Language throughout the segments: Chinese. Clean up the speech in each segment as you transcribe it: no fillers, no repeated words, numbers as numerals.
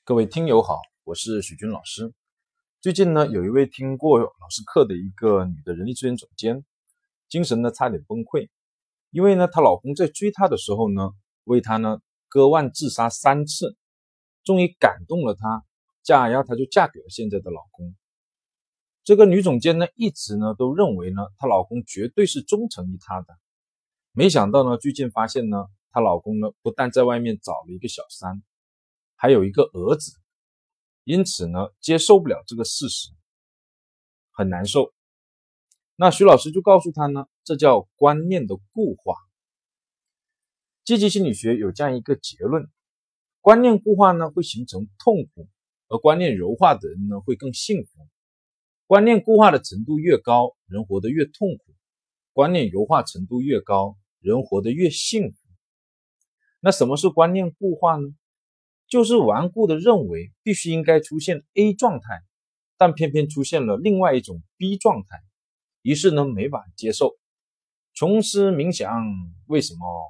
各位听友好，我是许军老师。最近呢，有一位听过老师课的一个女的人力资源总监，精神呢差点崩溃，因为呢她老公在追她的时候呢，为她呢割腕自杀3次，终于感动了她，然后她就嫁给了现在的老公。这个女总监呢一直呢都认为呢她老公绝对是忠诚于她的，没想到呢最近发现呢她老公呢不但在外面找了一个小三，还有一个儿子，因此呢接受不了这个事实，很难受。那徐老师就告诉他呢，这叫观念的固化。积极心理学有这样一个结论，观念固化呢会形成痛苦，而观念柔化的人呢会更幸福。观念固化的程度越高，人活得越痛苦；观念柔化程度越高，人活得越幸福。那什么是观念固化呢？就是顽固的认为必须应该出现 A 状态，但偏偏出现了另外一种 B 状态，于是呢没法接受，穷思冥想为什么，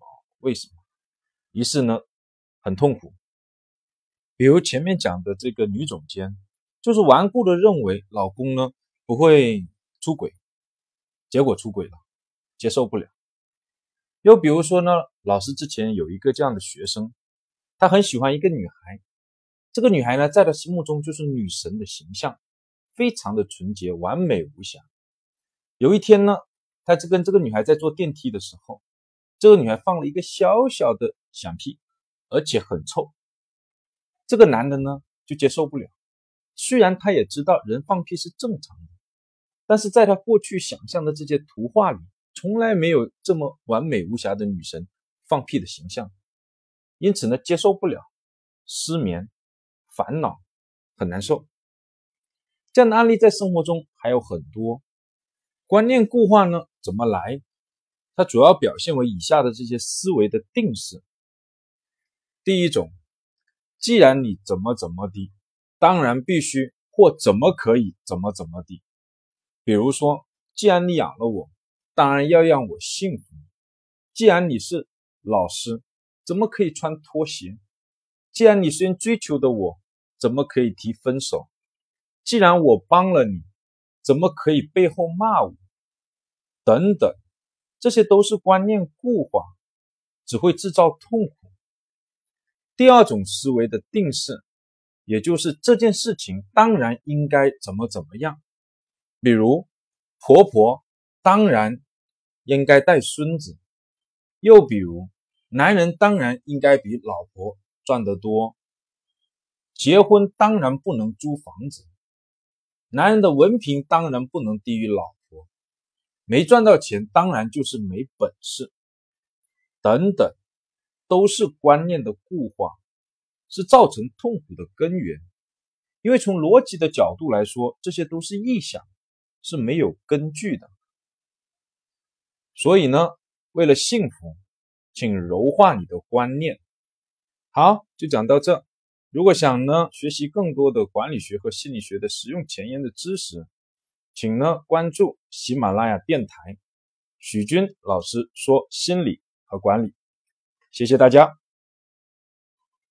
于是呢很痛苦。比如前面讲的这个女总监，就是顽固的认为老公呢不会出轨，结果出轨了，接受不了。又比如说呢，老师之前有一个这样的学生，他很喜欢一个女孩，这个女孩呢在他心目中就是女神的形象，非常的纯洁完美无瑕。有一天呢，他跟这个女孩在坐电梯的时候，这个女孩放了一个小小的响屁，而且很臭。这个男的呢就接受不了，虽然他也知道人放屁是正常的，但是在他过去想象的这些图画里，从来没有这么完美无瑕的女神放屁的形象，因此呢接受不了，失眠、烦恼，很难受。这样的案例在生活中还有很多。观念固化呢怎么来？它主要表现为以下的这些思维的定式。第一种，既然你怎么地，当然必须或怎么可以怎么地。比如说，既然你养了我，当然要让我幸福。既然你是老师，怎么可以穿拖鞋？既然你先追求的我，怎么可以提分手？既然我帮了你，怎么可以背后骂我？等等，这些都是观念固化，只会制造痛苦。第二种思维的定式，也就是这件事情当然应该怎么样。比如，婆婆当然应该带孙子，又比如，男人当然应该比老婆赚得多，结婚当然不能租房子，男人的文凭当然不能低于老婆，没赚到钱当然就是没本事，等等，都是观念的固化，是造成痛苦的根源。因为从逻辑的角度来说，这些都是臆想，是没有根据的。所以呢，为了幸福，请柔化你的观念。好，就讲到这。如果想呢学习更多的管理学和心理学的实用前沿的知识，请呢关注喜马拉雅电台许军老师说心理和管理。谢谢大家。